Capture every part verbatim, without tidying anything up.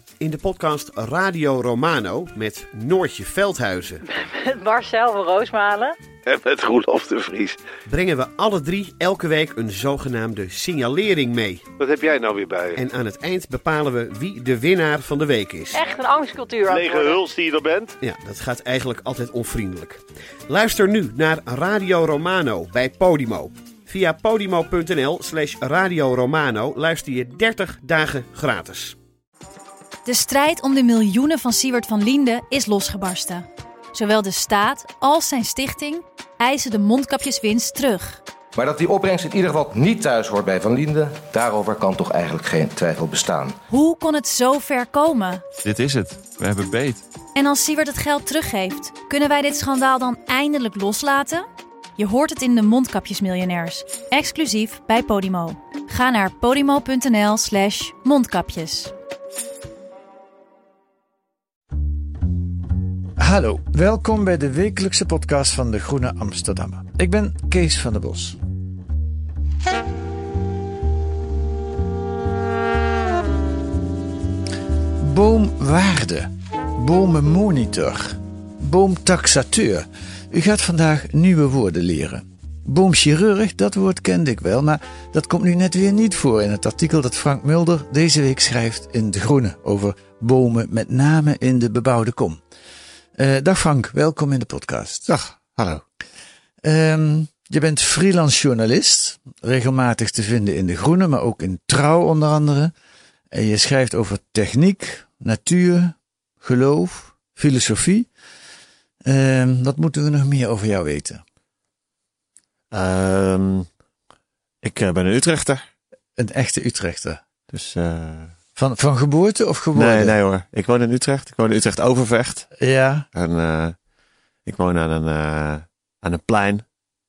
In de podcast Radio Romano met Noortje Veldhuizen. Met Marcel van Roosmalen. En met Roelof de Vries. Brengen we alle drie elke week een zogenaamde signalering mee. Wat heb jij nou weer bij je? En aan het eind bepalen we wie de winnaar van de week is. Echt een angstcultuur. Lege huls die je er bent? Ja, dat gaat eigenlijk altijd onvriendelijk. Luister nu naar Radio Romano bij Podimo. Via podimo.nl slash Radio Romano luister je dertig dagen gratis. De strijd om de miljoenen van Siewert van Liende is losgebarsten. Zowel de staat als zijn stichting eisen de mondkapjeswinst terug. Maar dat die opbrengst in ieder geval niet thuis hoort bij Van Liende, daarover kan toch eigenlijk geen twijfel bestaan. Hoe kon het zo ver komen? Dit is het. We hebben beet. En als Siewert het geld teruggeeft, kunnen wij dit schandaal dan eindelijk loslaten? Je hoort het in de Mondkapjesmiljonairs, exclusief bij Podimo. Ga naar podimo.nl slash mondkapjes. Hallo, welkom bij de wekelijkse podcast van De Groene Amsterdammer. Ik ben Kees van der Bos. Boomwaarde, bomenmonitor, boomtaxateur. U gaat vandaag nieuwe woorden leren. Boomchirurg, dat woord kende ik wel, maar dat komt nu net weer niet voor in het artikel dat Frank Mulder deze week schrijft in De Groene over bomen, met name in de bebouwde kom. Uh, dag Frank, welkom in de podcast. Dag, hallo. Um, je bent freelance journalist, regelmatig te vinden in De Groene, maar ook in Trouw onder andere. En je schrijft over techniek, natuur, geloof, filosofie. Um, wat moeten we nog meer over jou weten? Um, ik uh, ben een Utrechter. Een echte Utrechter? Dus... Uh... Van, van geboorte of geboorte? Nee, nee hoor. Ik woon in Utrecht. Ik woon in Utrecht Overvecht. Ja. En uh, ik woon aan een, uh, aan een plein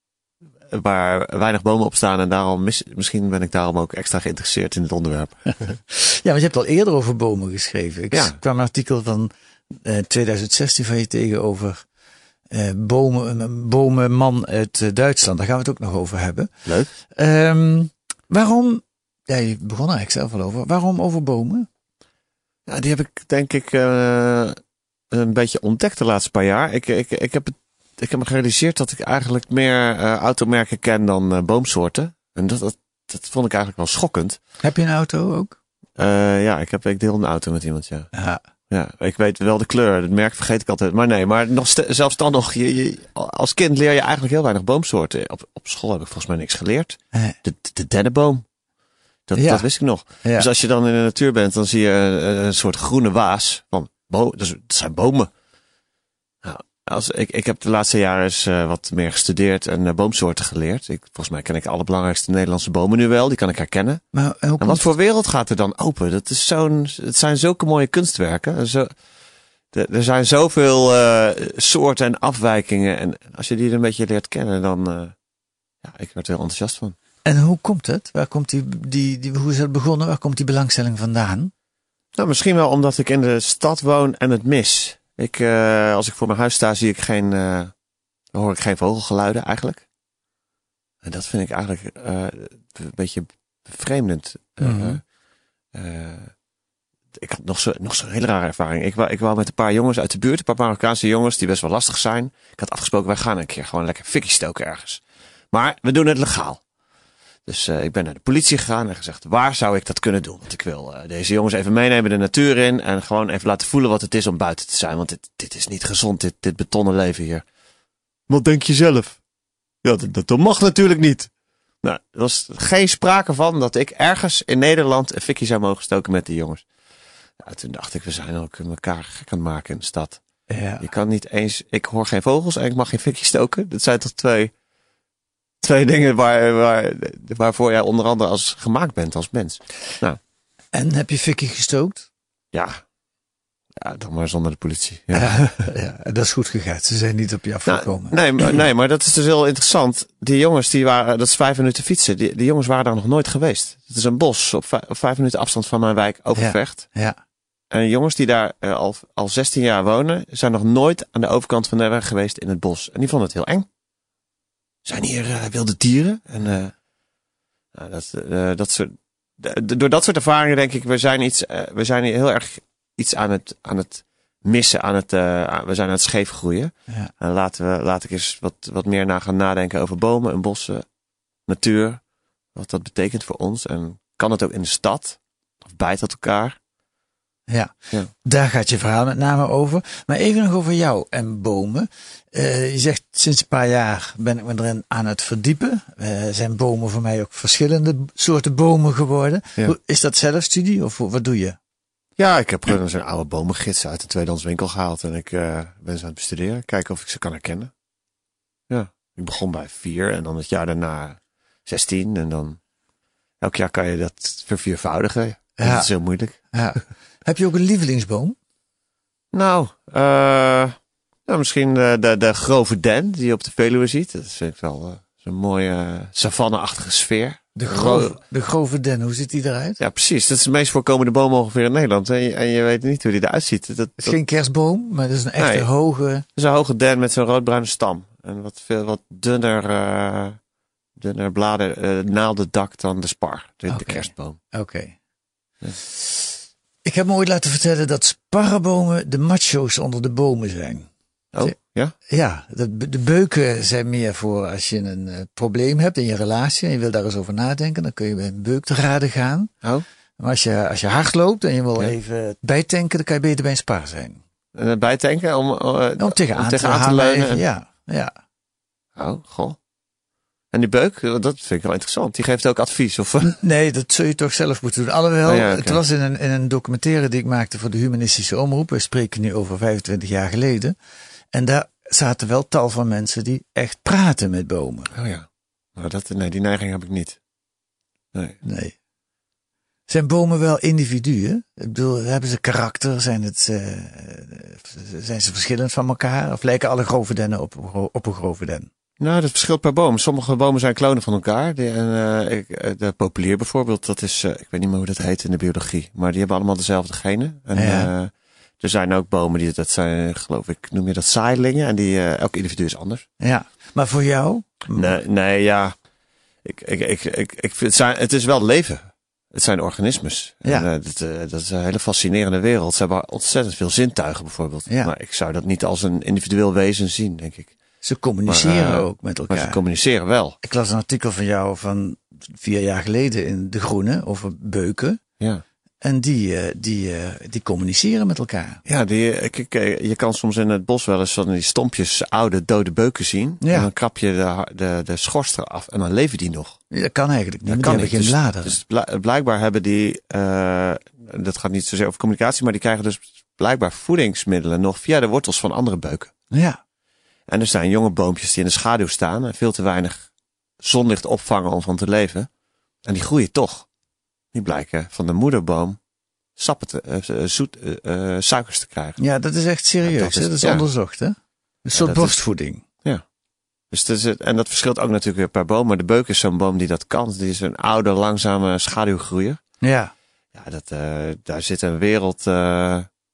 waar weinig bomen op staan. En daarom mis, misschien ben ik daarom ook extra geïnteresseerd in het onderwerp. Ja, want je hebt al eerder over bomen geschreven. Ik ja. kwam een artikel van uh, twintig zestien van je tegen over uh, bomen, een bomenman uit uh, Duitsland. Daar gaan we het ook nog over hebben. Leuk. Um, waarom... Ja, je begon er eigenlijk zelf al over. Waarom over bomen? Ja, die heb ik denk ik uh, een beetje ontdekt de laatste paar jaar. Ik, ik, ik, heb, het, ik heb me gerealiseerd dat ik eigenlijk meer uh, automerken ken dan uh, boomsoorten. En dat, dat, dat vond ik eigenlijk wel schokkend. Heb je een auto ook? Uh, ja, ik, heb, ik deel een auto met iemand, ja. Ja. Ja, ik weet wel de kleur. Het merk vergeet ik altijd. Maar nee, maar nog st- zelfs dan nog. Je, je, als kind leer je eigenlijk heel weinig boomsoorten. Op, op school heb ik volgens mij niks geleerd. Nee. De, de dennenboom. Dat, ja. dat wist ik nog. Ja. Dus als je dan in de natuur bent, dan zie je een, een soort groene waas van bo- dat zijn bomen. Nou, als, ik, ik heb de laatste jaren eens uh, wat meer gestudeerd en uh, boomsoorten geleerd. Ik, volgens mij ken ik alle belangrijkste Nederlandse bomen nu wel. Die kan ik herkennen. Maar, en en wat voor wereld gaat er dan open? Dat is zo'n, het zijn zulke mooie kunstwerken. Zo, de, er zijn zoveel uh, soorten en afwijkingen. En als je die een beetje leert kennen, dan... Uh, ja, ik werd er heel enthousiast van. En hoe komt het? Waar komt die, die, die, hoe is het begonnen? Waar komt die belangstelling vandaan? Nou, misschien wel omdat ik in de stad woon en het mis. Ik, uh, als ik voor mijn huis sta, zie ik geen, uh, dan hoor ik geen vogelgeluiden eigenlijk. En dat vind ik eigenlijk uh, een beetje bevreemdend. Mm-hmm. Uh, uh, ik had nog zo'n nog zo'n hele rare ervaring. Ik wou, ik wou met een paar jongens uit de buurt, een paar Marokkaanse jongens die best wel lastig zijn. Ik had afgesproken, wij gaan een keer gewoon lekker fikkie stoken ergens. Maar we doen het legaal. Dus uh, ik ben naar de politie gegaan en gezegd, waar zou ik dat kunnen doen? Want ik wil uh, deze jongens even meenemen de natuur in en gewoon even laten voelen wat het is om buiten te zijn. Want dit, dit is niet gezond, dit, dit betonnen leven hier. Wat denk je zelf? Ja, dat, dat mag natuurlijk niet. Nou, er was geen sprake van dat ik ergens in Nederland een fikkie zou mogen stoken met die jongens. Ja, toen dacht ik, we zijn ook elkaar gek aan het maken in de stad. Ja. Je kan niet eens, ik hoor geen vogels en ik mag geen fikkie stoken. Dat zijn toch twee... Twee dingen waar, waar, waarvoor jij onder andere als gemaakt bent als mens. Nou. En heb je fikkie gestookt? Ja. Ja, dan maar zonder de politie. Ja. Ja, ja, dat is goed gegaan. Ze zijn niet op je afgekomen. Nou, nee, maar, nee, maar dat is dus heel interessant. Die jongens, die waren, dat is vijf minuten fietsen. Die, die jongens waren daar nog nooit geweest. Het is een bos op vijf, op vijf minuten afstand van mijn wijk, Overvecht. Ja, ja. En jongens die daar uh, al, al zestien jaar wonen, zijn nog nooit aan de overkant van de weg geweest in het bos. En die vonden het heel eng. Zijn hier uh, wilde dieren? En uh, nou, dat, uh, dat soort, d- door dat soort ervaringen denk ik, we zijn iets, uh, we zijn hier heel erg iets aan het, aan het missen. Aan het, uh, we zijn aan het scheef groeien. Ja. Uh, laten we, laat ik eens wat, wat meer na gaan nadenken over bomen en bossen, natuur. Wat dat betekent voor ons. En kan het ook in de stad? Of bijt dat elkaar? Ja. ja, daar gaat je verhaal met name over. Maar even nog over jou en bomen. Uh, je zegt sinds een paar jaar ben ik me erin aan het verdiepen. Uh, zijn bomen voor mij ook verschillende soorten bomen geworden. Ja. Hoe, is dat zelfstudie of wat doe je? Ja, ik heb gewoon zo'n oude bomengids uit de tweedehands winkel gehaald. En ik uh, ben ze aan het bestuderen. Kijken of ik ze kan herkennen. Ja, ik begon bij vier en dan het jaar daarna zestien. En dan elk jaar kan je dat verviervoudigen. Ja. Dat is heel moeilijk. Ja. Heb je ook een lievelingsboom? Nou, uh, nou misschien de, de, de grove den die je op de Veluwe ziet. Dat vind ik wel uh, zo'n mooie uh, savanne-achtige sfeer. De grove, de grove den, hoe ziet die eruit? Ja, precies. Dat is de meest voorkomende boom ongeveer in Nederland. En je, en je weet niet hoe die eruit ziet. Dat, dat, het is geen kerstboom, maar dat is een echte nee, hoge... Het is een hoge den met zo'n roodbruine stam. En wat, veel, wat dunner, uh, dunner bladen, uh, naaldendak dan de spar. De, okay. de kerstboom. Oké. Okay. Ja. Ik heb me ooit laten vertellen dat sparrenbomen de macho's onder de bomen zijn. Oh, ja? Ja, de, de beuken zijn meer voor als je een uh, probleem hebt in je relatie en je wil daar eens over nadenken. Dan kun je bij een beuk te raden gaan. Oh. Maar als je, als je hard loopt en je wil ja. even bijtanken, dan kan je beter bij een spar zijn. Uh, bijtanken? Om, uh, om tegenaan om tegen te, te leunen? En... Ja, ja. Oh, goh. En die beuk, dat vind ik wel interessant. Die geeft ook advies, of? Nee, dat zul je toch zelf moeten doen. Alhoewel, oh ja, okay. Het was in een, in een documentaire die ik maakte voor de Humanistische Omroep. We spreken nu over vijfentwintig jaar geleden. En daar zaten wel tal van mensen die echt praten met bomen. Oh ja. Nou, dat, nee, die neiging heb ik niet. Nee. Nee. Zijn bomen wel individuen? Ik bedoel, hebben ze karakter? Zijn, het, uh, zijn ze verschillend van elkaar? Of lijken alle grove dennen op, op een grove den? Nou, dat verschilt per boom. Sommige bomen zijn klonen van elkaar. De, uh, ik, de populier bijvoorbeeld, dat is, uh, ik weet niet meer hoe dat heet in de biologie. Maar die hebben allemaal dezelfde genen. En, ja. uh, er zijn ook bomen die, dat zijn, geloof ik, noem je dat zaailingen. En die, uh, elk individu is anders. Ja, maar voor jou? Nee, nee ja. Ik, ik, ik, ik, ik vind het, zijn, het is wel leven. Het zijn organismes. Ja. En, uh, dat, uh, dat is een hele fascinerende wereld. Ze hebben ontzettend veel zintuigen bijvoorbeeld. Ja. Maar ik zou dat niet als een individueel wezen zien, denk ik. Ze communiceren maar, uh, ook met elkaar. Maar ze communiceren wel. Ik las een artikel van jou van vier jaar geleden in De Groene over beuken. Ja. En die, uh, die, uh, die communiceren met elkaar. Ja, die, kijk, je kan soms in het bos wel eens van die stompjes oude dode beuken zien. Ja. En dan krap je de, de, de schors eraf en dan leven die nog. Ja, dat kan eigenlijk niet, dat maar kan die niet. hebben geen dus, bladeren. Dus blijkbaar hebben die, uh, dat gaat niet zozeer over communicatie, maar die krijgen dus blijkbaar voedingsmiddelen nog via de wortels van andere beuken. Ja. En er zijn jonge boompjes die in de schaduw staan en veel te weinig zonlicht opvangen om van te leven. En die groeien toch. Die blijken van de moederboom sappen te, uh, zoet, uh, uh, suikers te krijgen. Ja, dat is echt serieus. Ja, dat, is, dat is ja. onderzocht, hè? Een soort ja, borstvoeding. Is, ja. Dus dat is het, en dat verschilt ook natuurlijk weer per boom. Maar de beuk is zo'n boom die dat kan. Die is een oude, langzame schaduwgroeier. Ja. Ja, dat, uh, daar zit een wereld... Uh,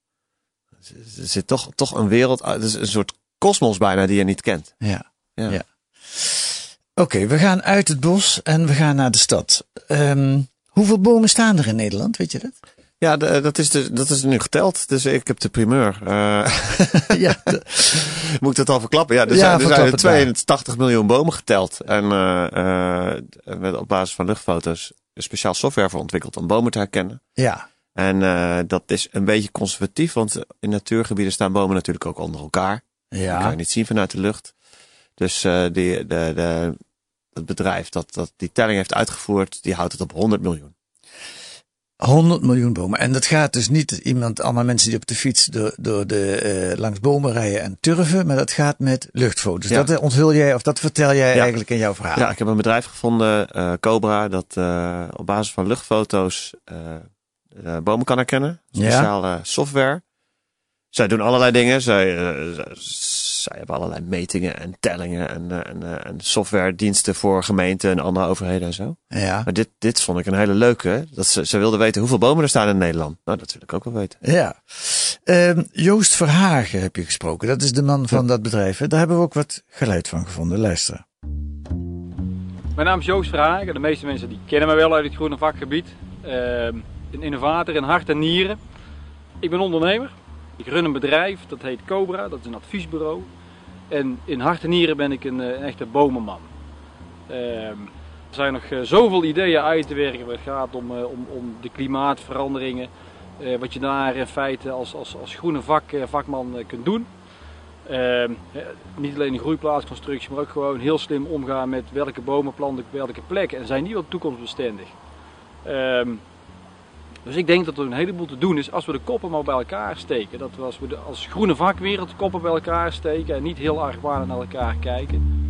er zit toch, toch een wereld... Het is een soort kosmos bijna die je niet kent. Ja. Ja. ja. Oké, okay, we gaan uit het bos en we gaan naar de stad. Um, hoeveel bomen staan er in Nederland, weet je dat? Ja, de, dat, is de, dat is nu geteld. Dus ik heb de primeur. Uh, ja, de... Moet ik dat al verklappen? Ja, er ja, zijn, er zijn tweehonderdtachtig miljoen bomen geteld. En uh, uh, met op basis van luchtfoto's een speciaal software voor ontwikkeld om bomen te herkennen. Ja. En uh, dat is een beetje conservatief, want in natuurgebieden staan bomen natuurlijk ook onder elkaar. Ja. Dat kan je niet zien vanuit de lucht. Dus uh, die, de, de, het bedrijf dat, dat die telling heeft uitgevoerd, die houdt het op honderd miljoen. honderd miljoen bomen. En dat gaat dus niet iemand, allemaal mensen die op de fiets door, door de, uh, langs bomen rijden en turven, maar dat gaat met luchtfoto's. Ja. Dat onthul jij, of dat vertel jij ja. eigenlijk in jouw verhaal. Ja, ik heb een bedrijf gevonden, uh, Cobra, dat uh, op basis van luchtfoto's uh, uh, bomen kan herkennen. Speciale ja. software. Zij doen allerlei dingen. Zij, uh, zij hebben allerlei metingen en tellingen en, uh, en, uh, en softwarediensten voor gemeenten en andere overheden en zo. Ja. Maar dit, dit vond ik een hele leuke. Dat ze, ze wilden weten hoeveel bomen er staan in Nederland. Nou, dat wil ik ook wel weten. Ja. Uh, Joost Verhagen heb je gesproken. Dat is de man van ja. dat bedrijf. Hè? Daar hebben we ook wat geluid van gevonden. Luister. Mijn naam is Joost Verhagen. De meeste mensen die kennen me wel uit het groene vakgebied. Uh, een innovator in hart en nieren. Ik ben ondernemer. Ik run een bedrijf, dat heet Cobra, dat is een adviesbureau. En in hart en nieren ben ik een, een echte bomenman. Uh, er zijn nog uh, zoveel ideeën uit te werken waar het gaat om, uh, om, om de klimaatveranderingen. Uh, wat je daar in feite als, als, als groene vak, uh, vakman uh, kunt doen. Uh, niet alleen een groeiplaatsconstructie, maar ook gewoon heel slim omgaan met welke bomen planten op welke plekken. En zijn die wel toekomstbestendig. Uh, dus ik denk dat er een heleboel te doen is als we de koppen maar bij elkaar steken. Dat we als we de, als groene vakwereld de koppen bij elkaar steken en niet heel argwanend naar elkaar kijken.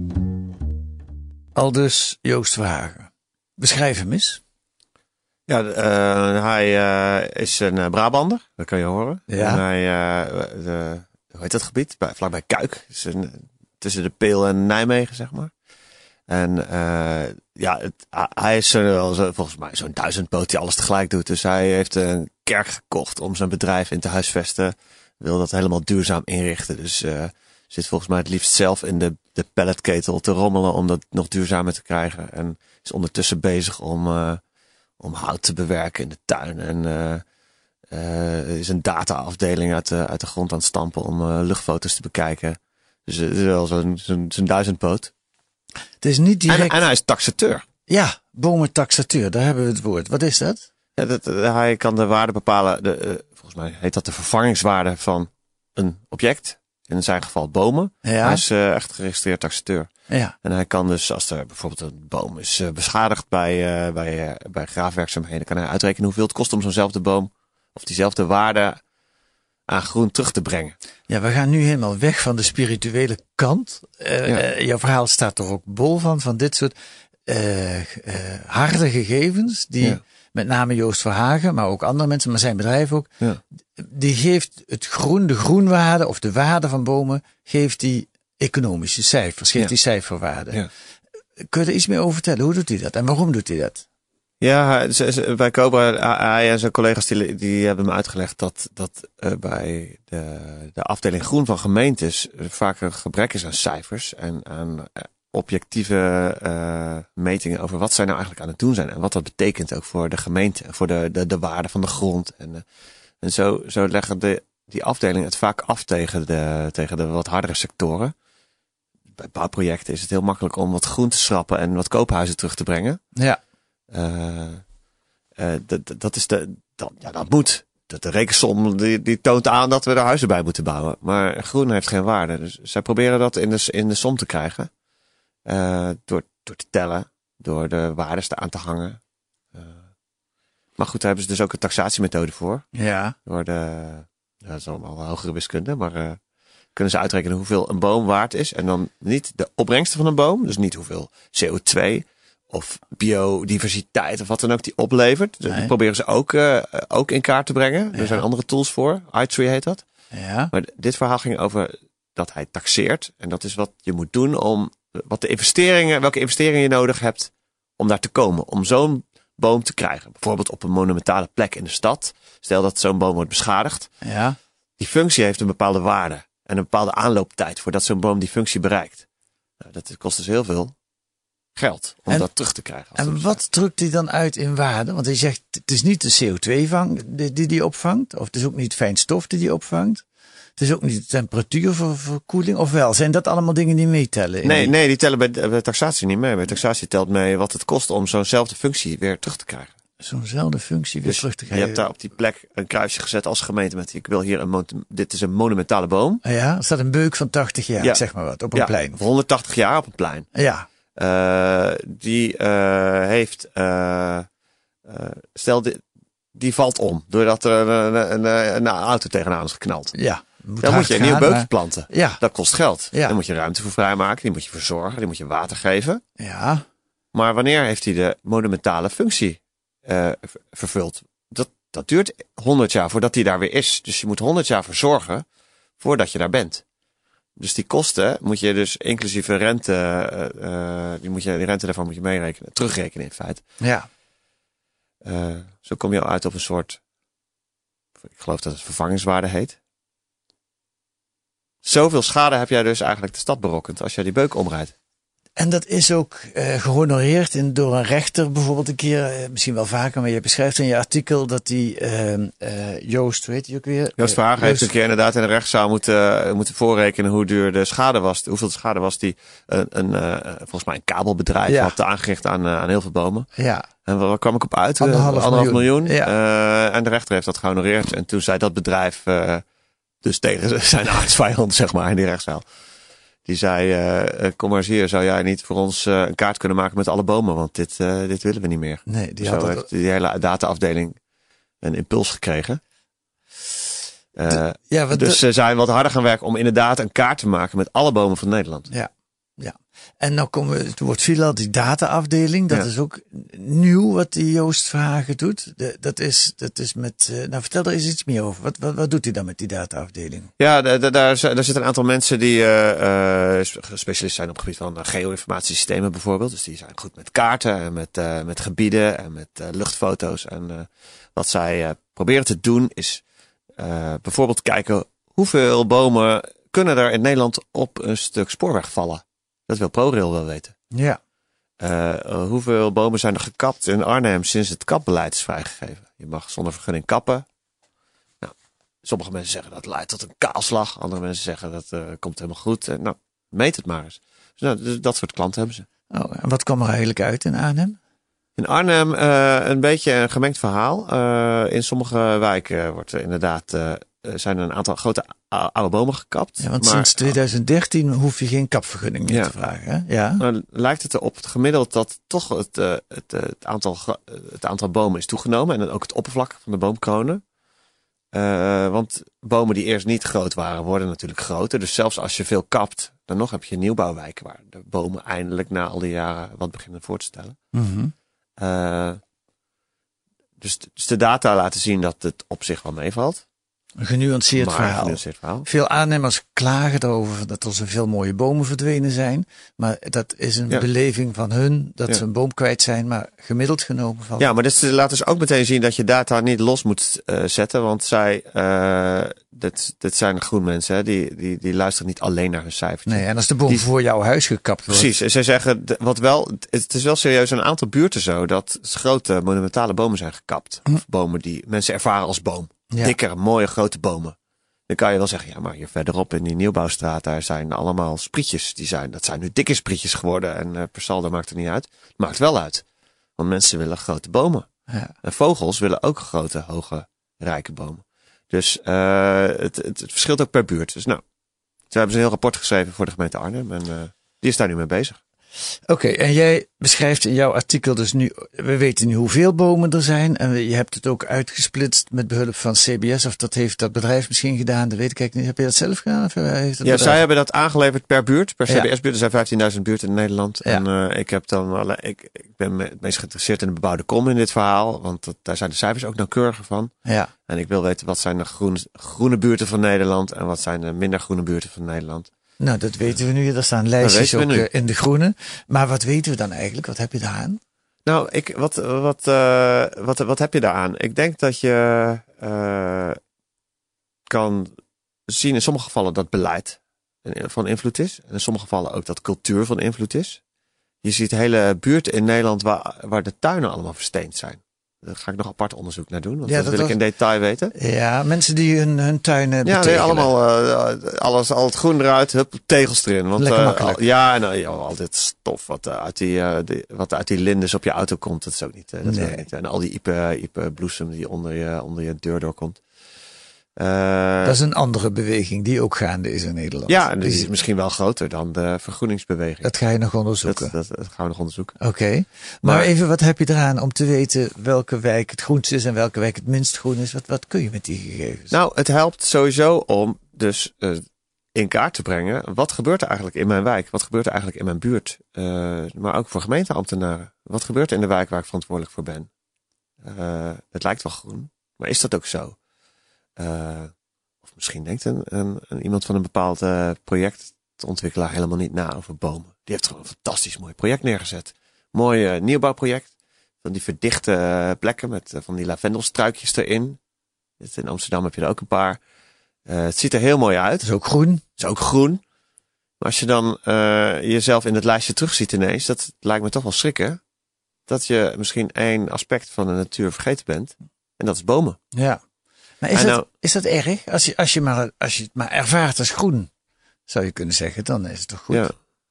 Aldus Joost Verhagen. Beschrijf hem eens. Ja, uh, hij uh, is een uh, Brabander, dat kan je horen. Ja. En hij, uh, de, hoe heet dat gebied? Bij, vlakbij Kuik. Dus een, tussen de Peel en Nijmegen, zeg maar. En uh, ja, het, hij is uh, volgens mij zo'n duizendpoot die alles tegelijk doet. Dus hij heeft een kerk gekocht om zijn bedrijf in te huisvesten. Wil dat helemaal duurzaam inrichten. Dus uh, zit volgens mij het liefst zelf in de, de pelletketel te rommelen om dat nog duurzamer te krijgen. En is ondertussen bezig om, uh, om hout te bewerken in de tuin. En uh, uh, is een data-afdeling uit de, uit de grond aan het stampen om uh, luchtfoto's te bekijken. Dus het is wel zo'n, zo'n, zo'n duizendpoot. Het is niet direct... En, en hij is taxateur. Ja, bomentaxateur, daar hebben we het woord. Wat is dat? Ja, dat, hij kan de waarde bepalen, de, uh, volgens mij heet dat de vervangingswaarde van een object. In zijn geval bomen. Ja. Hij is uh, echt geregistreerd taxateur. Ja. En hij kan dus, als er bijvoorbeeld een boom is uh, beschadigd bij, uh, bij, uh, bij graafwerkzaamheden, kan hij uitrekenen hoeveel het kost om zo'nzelfde boom of diezelfde waarde aan groen terug te brengen. Ja, we gaan nu helemaal weg van de spirituele kant. Uh, Ja. uh, jouw verhaal staat er ook bol van, van dit soort uh, uh, harde gegevens, die Ja. met name Joost Verhagen, maar ook andere mensen, maar zijn bedrijf ook, Ja. die geeft het groen, de groenwaarde of de waarde van bomen, geeft die economische cijfers, geeft Ja. die cijferwaarde. Ja. Kun je er iets meer over vertellen? Hoe doet hij dat en waarom doet hij dat? Ja, hij- ze- ze- bij Cobra, hij en zijn collega's die, die hebben me uitgelegd dat, dat uh, bij de, de afdeling groen van gemeentes vaak een gebrek is aan cijfers en aan uh, objectieve uh, metingen over wat zij nou eigenlijk aan het doen zijn en wat dat betekent ook voor de gemeente en voor de, de, de waarde van de grond. En, uh, en zo, zo leggen de, die afdelingen het vaak af tegen de, tegen de wat hardere sectoren. Bij bouwprojecten is het heel makkelijk om wat groen te schrappen en wat koophuizen terug te brengen. Ja. Uh, uh, dat, dat is de, dat, ja, dat moet. Dat de rekensom die, die toont aan dat we er huizen bij moeten bouwen. Maar groen heeft geen waarde. Dus zij proberen dat in de, in de som te krijgen. Uh, door, door te tellen. Door de waardes aan te hangen. Uh, maar goed, daar hebben ze dus ook een taxatiemethode voor. Ja. Door de, ja, dat is allemaal wel hogere wiskunde. Maar uh, kunnen ze uitrekenen hoeveel een boom waard is. En dan niet de opbrengsten van een boom. Dus niet hoeveel C O twee... of biodiversiteit of wat dan ook die oplevert. Nee. Dat proberen ze ook, uh, ook in kaart te brengen. Er Ja. zijn andere tools voor. iTree heet dat. Ja. Maar d- dit verhaal ging over dat hij taxeert. En dat is wat je moet doen om, wat de investeringen, welke investeringen je nodig hebt om daar te komen. Om zo'n boom te krijgen. Bijvoorbeeld op een monumentale plek in de stad. Stel dat zo'n boom wordt beschadigd. Ja. Die functie heeft een bepaalde waarde. En een bepaalde aanlooptijd voordat zo'n boom die functie bereikt. Nou, dat kost dus heel veel geld om En- dat terug te krijgen. als En het wat drukt hij dan uit in waarde? Want hij zegt, het is niet de C O twee vang die, die die opvangt. Of het is ook niet fijn stof die die opvangt. Het is ook niet de temperatuurverkoeling. Of wel, zijn dat allemaal dingen die meetellen? in Nee, die- nee, die tellen bij, bij taxatie niet mee. Bij taxatie telt mee wat het kost om zo'nzelfde functie weer terug te krijgen. Zo'nzelfde functie weer Dus terug te je krijgen. hebt daar op die plek een kruisje gezet als gemeente met ik wil hier een mon- dit is een monumentale boom. Ah ja, er staat een beuk van tachtig jaar, Ja. zeg maar wat, op een Ja, plein. of honderdtachtig jaar op een plein. Ja, Uh, die uh, heeft, uh, uh, stel die, die valt om doordat er een, een, een, een auto tegenaan is geknald. ja. Moet Dan hard moet je een nieuw gaan, beukje maar- planten. Ja, Dat kost geld. Ja. Dan moet je ruimte voor vrijmaken. Die moet je verzorgen. Die moet je water geven. ja. Maar wanneer heeft hij de monumentale functie uh, v- vervuld? Dat, dat duurt honderd jaar voordat hij daar weer is. Dus je moet honderd jaar verzorgen voordat je daar bent. Dus die kosten moet je dus inclusieve rente, uh, uh, die, moet je, die rente daarvan moet je meerekenen, terugrekenen in feite. Ja, Uh, zo kom je al uit op een soort, ik geloof dat het vervangingswaarde heet. Zoveel schade heb jij dus eigenlijk de stad berokkend als jij die beuk omrijdt. En dat is ook uh, gehonoreerd in, door een rechter bijvoorbeeld een keer, uh, misschien wel vaker, maar je beschrijft in je artikel dat die uh, uh, Joost, weet je ook weer? Joost Verhagen uh, heeft een keer inderdaad in de rechtszaal moeten, uh, moeten voorrekenen hoe duur de schade was. Hoeveel de schade was die een, een uh, volgens mij een kabelbedrijf ja. had aangericht aan, uh, aan heel veel bomen. Ja. En waar kwam ik op uit? Anderhalf, uh, Anderhalf miljoen. miljoen. Ja. Uh, en de rechter heeft dat gehonoreerd. En toen zei dat bedrijf uh, dus tegen zijn aardsvijand, zeg maar, in die rechtszaal. Die zei, uh, kom maar eens hier, zou jij niet voor ons uh, een kaart kunnen maken met alle bomen? Want dit, uh, dit willen we niet meer. Nee, die Zo had dat... heeft die hele dataafdeling een impuls gekregen. Uh, de, ja, wat dus ze de... zijn wat harder gaan werken om inderdaad een kaart te maken met alle bomen van Nederland. Ja, ja. En nou komen we, het wordt veel die dataafdeling. Dat ja. is ook nieuw wat die Joost Verhagen doet. De, dat is, dat is met, uh, nou vertel er eens iets meer over. Wat, wat, wat doet hij dan met die dataafdeling? Ja, daar, daar, daar zitten een aantal mensen die uh, uh, specialist zijn op het gebied van uh, geo-informatiesystemen bijvoorbeeld. Dus die zijn goed met kaarten en met, uh, met gebieden en met uh, luchtfoto's. En uh, wat zij uh, proberen te doen is uh, bijvoorbeeld kijken hoeveel bomen kunnen er in Nederland op een stuk spoorweg vallen. Dat wil ProRail wel weten. Ja. Uh, hoeveel bomen zijn er gekapt in Arnhem sinds het kapbeleid is vrijgegeven? Je mag zonder vergunning kappen. Nou, sommige mensen zeggen dat leidt tot een kaalslag. Andere mensen zeggen dat uh, komt helemaal goed. Uh, nou, meet het maar eens. Dus, nou, dus dat soort klanten hebben ze. Oh, en wat kwam er eigenlijk uit in Arnhem? In Arnhem uh, een beetje een gemengd verhaal. Uh, in sommige wijken wordt er inderdaad, uh, zijn er een aantal grote oude bomen gekapt. Ja, want maar, sinds twintig dertien uh, hoef je geen kapvergunning meer ja. te vragen. Hè? Ja. Maar lijkt het erop gemiddeld dat toch het, uh, het, uh, het, aantal, het aantal bomen is toegenomen. En ook het oppervlak van de boomkronen. Uh, want bomen die eerst niet groot waren, worden natuurlijk groter. Dus zelfs als je veel kapt, dan nog heb je nieuwbouwwijken waar de bomen eindelijk na al die jaren wat beginnen voor te stellen. Mm-hmm. Uh, dus, dus de data laten zien dat het op zich wel meevalt. Een genuanceerd maar verhaal. Een genuanceerd verhaal. Veel Arnhemmers klagen erover dat er zoveel mooie bomen verdwenen zijn. Maar dat is een ja. beleving van hun dat ja. ze een boom kwijt zijn. Maar gemiddeld genomen valt. Ja, maar dit laat dus ook meteen zien dat je data niet los moet uh, zetten. Want zij, uh, dit, dit zijn groen mensen, hè, die, die, die luisteren niet alleen naar hun cijfertje. Nee, en als de boom die, voor jouw huis gekapt wordt. Precies, en zij zeggen, wat wel, het is wel serieus een aantal buurten zo dat grote monumentale bomen zijn gekapt. Hm. Of bomen die mensen ervaren als boom. Ja. Dikke, mooie, grote bomen. Dan kan je wel zeggen, ja, maar hier verderop in die nieuwbouwstraat, daar zijn allemaal sprietjes. Die zijn, dat zijn nu dikke sprietjes geworden. En uh, per saldo maakt het niet uit. Het maakt wel uit. Want mensen willen grote bomen. Ja. En vogels willen ook grote, hoge, rijke bomen. Dus uh, het, het, het verschilt ook per buurt. Dus nou, toen hebben ze een heel rapport geschreven voor de gemeente Arnhem. En uh, die is daar nu mee bezig. Oké, okay, en jij beschrijft in jouw artikel dus nu, we weten nu hoeveel bomen er zijn en je hebt het ook uitgesplitst met behulp van C B S, of dat heeft dat bedrijf misschien gedaan, dat weet ik eigenlijk niet. Heb je dat zelf gedaan? Of heeft dat ja, bedrijf? Zij hebben dat aangeleverd per buurt, per C B S-buurt. Er zijn vijftienduizend buurten in Nederland. Ja. En uh, ik heb dan alle, ik, ik ben het meest geïnteresseerd in de bebouwde kom in dit verhaal, want dat, daar zijn de cijfers ook nauwkeuriger van. Ja. En ik wil weten wat zijn de groen, groene buurten van Nederland en wat zijn de minder groene buurten van Nederland. Nou, dat weten we nu. Er staan lijstjes ook nu in de groene. Maar wat weten we dan eigenlijk? Wat heb je daaraan? Nou, ik, wat, wat, uh, wat, wat heb je daaraan? Ik denk dat je uh, kan zien in sommige gevallen dat beleid van invloed is. En in sommige gevallen ook dat cultuur van invloed is. Je ziet hele buurten in Nederland waar, waar de tuinen allemaal versteend zijn. Daar ga ik nog apart onderzoek naar doen. Want ja, dat, dat wil was... ik in detail weten. Ja, mensen die hun, hun tuinen ja, nee, allemaal uh, alles, al het groen eruit, hup, tegels erin. Want, Lekker uh, makkelijk. Al, ja, en uh, ja, al dit stof wat, uh, uit die, uh, die, wat uit die lindens op je auto komt, dat is ook niet. Uh, dat nee. niet. En al die ipe, ipe bloesem die onder je, onder je deur doorkomt. Uh, dat is een andere beweging die ook gaande is in Nederland. Ja, en die is misschien wel groter dan de vergroeningsbeweging. Dat ga je nog onderzoeken. Dat, dat, dat gaan we nog onderzoeken. Oké, okay. maar, maar even, wat heb je eraan om te weten welke wijk het groenst is en welke wijk het minst groen is? Wat, wat kun je met die gegevens? Nou, het helpt sowieso om dus uh, in kaart te brengen. Wat gebeurt er eigenlijk in mijn wijk? Wat gebeurt er eigenlijk in mijn buurt? Uh, maar ook voor gemeenteambtenaren. Wat gebeurt er in de wijk waar ik verantwoordelijk voor ben? Uh, het lijkt wel groen, maar is dat ook zo? Uh, of misschien denkt een, een, een, iemand van een bepaald uh, projectontwikkelaar helemaal niet na over bomen. Die heeft gewoon een fantastisch mooi project neergezet. Mooi uh, nieuwbouwproject. Van die verdichte uh, plekken met uh, van die lavendelstruikjes erin. In Amsterdam heb je er ook een paar. Uh, het ziet er heel mooi uit. Het is ook groen. Het is ook groen. Maar als je dan uh, jezelf in het lijstje terugziet ineens, dat lijkt me toch wel schrikken. Dat je misschien één aspect van de natuur vergeten bent. En dat is bomen. Ja. Maar is, En dat, nou- is dat erg? Als je, als, je maar, als je het maar ervaart als groen, zou je kunnen zeggen, dan is het toch goed? Ja.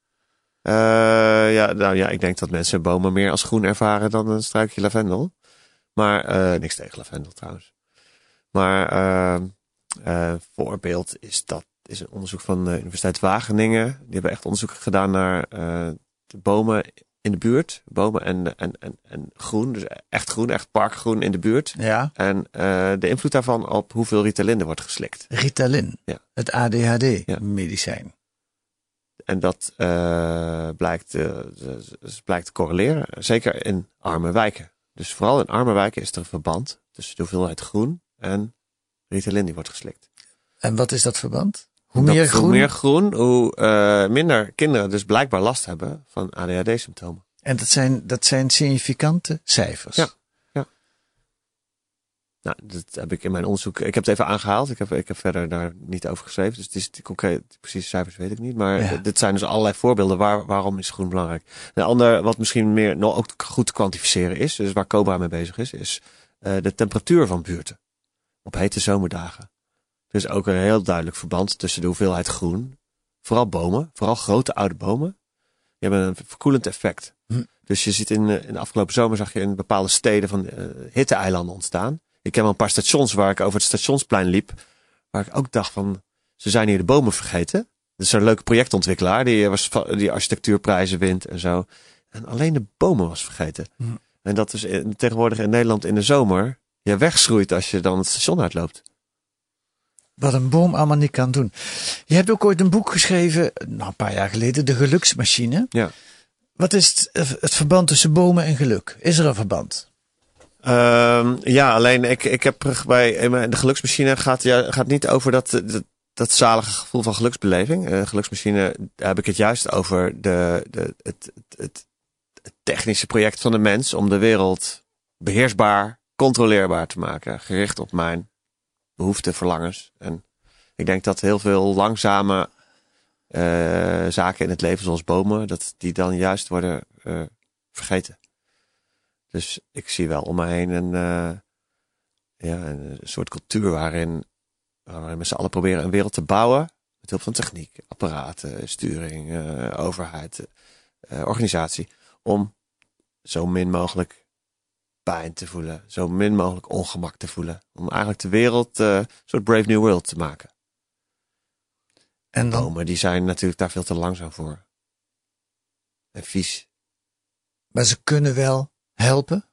Uh, ja, nou ja, ik denk dat mensen bomen meer als groen ervaren dan een struikje lavendel. Maar, uh, niks tegen lavendel trouwens. Maar, uh, uh, voorbeeld is dat, is een onderzoek van de Universiteit Wageningen. Die hebben echt onderzoek gedaan naar, uh, de bomen in de buurt. Bomen en, en, en, en groen. Dus echt groen, echt parkgroen in de buurt. Ja. En, uh, de invloed daarvan op hoeveel Ritalin er wordt geslikt. Ritalin. Ja. Het A D H D-medicijn. Ja. En dat uh, blijkt, uh, blijkt te correleren. Zeker in arme wijken. Dus vooral in arme wijken is er een verband tussen de hoeveelheid groen en Ritalin die wordt geslikt. En wat is dat verband? Hoe dat, meer groen? Hoe meer groen, hoe uh, minder kinderen dus blijkbaar last hebben van A D H D-symptomen. En dat zijn, dat zijn significante cijfers. Ja. ja. Nou, dat heb ik in mijn onderzoek. Ik heb het even aangehaald. Ik heb, ik heb verder daar niet over geschreven. Dus het is, die concrete, die precieze cijfers weet ik niet. Maar Ja. dit zijn dus allerlei voorbeelden. Waar, waarom is groen belangrijk? Een ander, wat misschien meer nog ook goed te kwantificeren is. Dus waar Cobra mee bezig is. Is uh, de temperatuur van buurten. Op hete zomerdagen. Er is ook een heel duidelijk verband tussen de hoeveelheid groen. Vooral bomen. Vooral grote oude bomen. Die hebben een verkoelend effect. Hm. Dus je ziet in, in de afgelopen zomer zag je in bepaalde steden van uh, hitte-eilanden ontstaan. Ik ken wel een paar stations waar ik over het stationsplein liep. Waar ik ook dacht van, ze zijn hier de bomen vergeten. Dus een leuke projectontwikkelaar die, was, die architectuurprijzen wint en zo. En alleen de bomen was vergeten. Hm. En dat is in, tegenwoordig in Nederland in de zomer je wegschroeit als je dan het station uitloopt. Wat een boom allemaal niet kan doen. Je hebt ook ooit een boek geschreven, nou een paar jaar geleden, De Geluksmachine. Ja. Wat is het, het verband tussen bomen en geluk? Is er een verband? Um, ja, alleen ik, ik heb bij de geluksmachine gaat, ja, gaat niet over dat, dat, dat zalige gevoel van geluksbeleving. De geluksmachine, daar heb ik het juist over de, de, het, het, het, het technische project van de mens om de wereld beheersbaar, controleerbaar te maken. Gericht op mijn behoeften, verlangens. En ik denk dat heel veel langzame uh, zaken in het leven, zoals bomen, dat die dan juist worden uh, vergeten. Dus ik zie wel om me heen een, uh, ja, een soort cultuur waarin, waarin we met z'n allen proberen een wereld te bouwen. Met hulp van techniek, apparaten, sturing, uh, overheid, uh, organisatie. Om zo min mogelijk pijn te voelen. Zo min mogelijk ongemak te voelen. Om eigenlijk de wereld uh, een soort Brave New World te maken. En dan... bomen die zijn natuurlijk daar veel te langzaam voor. En vies. Maar ze kunnen wel helpen?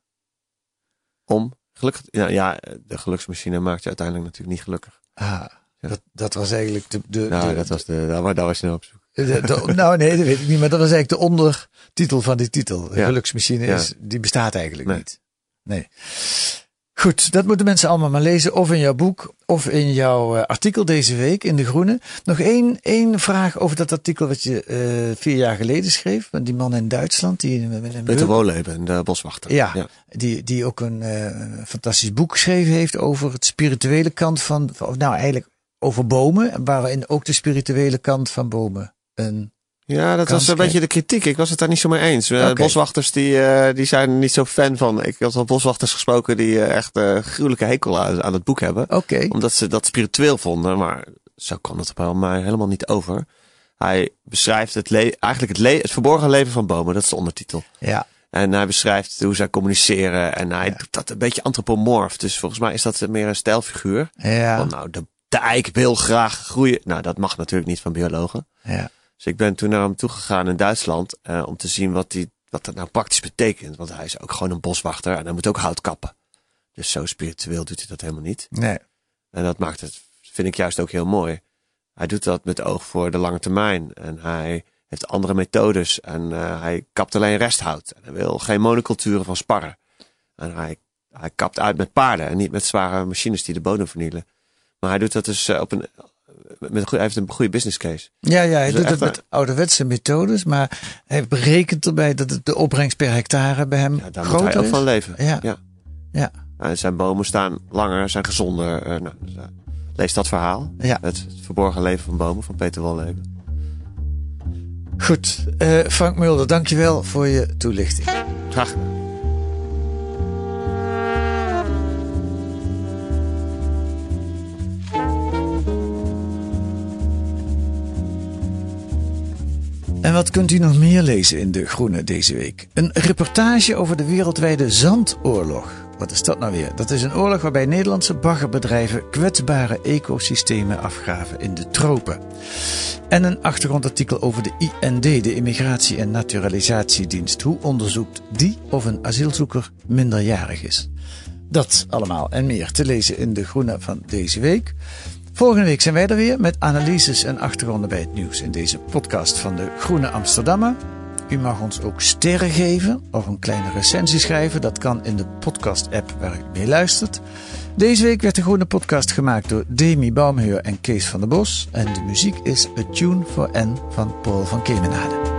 Om gelukkig... Ja, ja, de geluksmachine maakt je uiteindelijk natuurlijk niet gelukkig. Ah, ja. dat, dat was eigenlijk de... de nou, de, dat was de, daar, daar was je nou op zoek. De, de, nou nee, dat weet ik niet. Maar dat was eigenlijk de ondertitel van die titel. De ja. geluksmachine is, ja. die bestaat eigenlijk nee. niet. Nee. Goed, dat moeten mensen allemaal maar lezen. Of in jouw boek, of in jouw uh, artikel deze week in De Groene. Nog één, één vraag over dat artikel wat je uh, vier jaar geleden schreef. Van die man in Duitsland. Die, met een Peter Wohlleben, de boswachter. Ja, ja. Die, die ook een uh, fantastisch boek geschreven heeft over het spirituele kant van... van nou, eigenlijk over bomen. Waarin ook de spirituele kant van bomen een... Ja, dat was een krijgen. beetje de kritiek. Ik was het daar niet zo mee eens. Okay. Boswachters die, uh, die zijn niet zo fan van. Ik had al boswachters gesproken die uh, echt uh, gruwelijke hekel aan, aan het boek hebben. Okay. Omdat ze dat spiritueel vonden. Maar zo kwam het bij mij helemaal niet over. Hij beschrijft het le- eigenlijk het, le- het verborgen leven van bomen. Dat is de ondertitel. Ja. En hij beschrijft hoe zij communiceren. En hij ja. doet dat een beetje antropomorf. Dus volgens mij is dat meer een stijlfiguur. Ja. Van nou, de, de eik wil graag groeien. Nou, dat mag natuurlijk niet van biologen. Ja. Dus ik ben toen naar hem toe gegaan in Duitsland uh, om te zien wat, die, wat dat nou praktisch betekent. Want hij is ook gewoon een boswachter en hij moet ook hout kappen. Dus zo spiritueel doet hij dat helemaal niet. Nee. En dat maakt het, vind ik juist ook heel mooi. Hij doet dat met oog voor de lange termijn. En hij heeft andere methodes. En uh, hij kapt alleen resthout. En hij wil geen monoculturen van sparren. En hij, hij kapt uit met paarden en niet met zware machines die de bodem vernielen. Maar hij doet dat dus uh, op een... Met een goede, hij heeft een goede business case. Ja, ja, hij dus doet het met ouderwetse methodes, maar hij berekent erbij dat het de opbrengst per hectare bij hem ja, daar groter moet hij ook is. van leven. Ja. Ja. Ja. Ja, zijn bomen staan langer, zijn gezonder. Uh, nou, dus, uh, lees dat verhaal. Ja. Het verborgen leven van bomen van Peter Wohlleben. Goed, uh, Frank Mulder, dankjewel voor je toelichting. Graag gedaan. En wat kunt u nog meer lezen in De Groene deze week? Een reportage over de wereldwijde zandoorlog. Wat is dat nou weer? Dat is een oorlog waarbij Nederlandse baggerbedrijven kwetsbare ecosystemen afgraven in de tropen. En een achtergrondartikel over de I N D, de Immigratie- en Naturalisatiedienst. Hoe onderzoekt die of een asielzoeker minderjarig is? Dat allemaal en meer te lezen in De Groene van deze week. Volgende week zijn wij er weer met analyses en achtergronden bij het nieuws in deze podcast van De Groene Amsterdammer. U mag ons ook sterren geven of een kleine recensie schrijven. Dat kan in de podcast-app waar u mee luistert. Deze week werd de Groene podcast gemaakt door Demi Baumheur en Kees van der Bos. En de muziek is A Tune for N van Paul van Kemenade.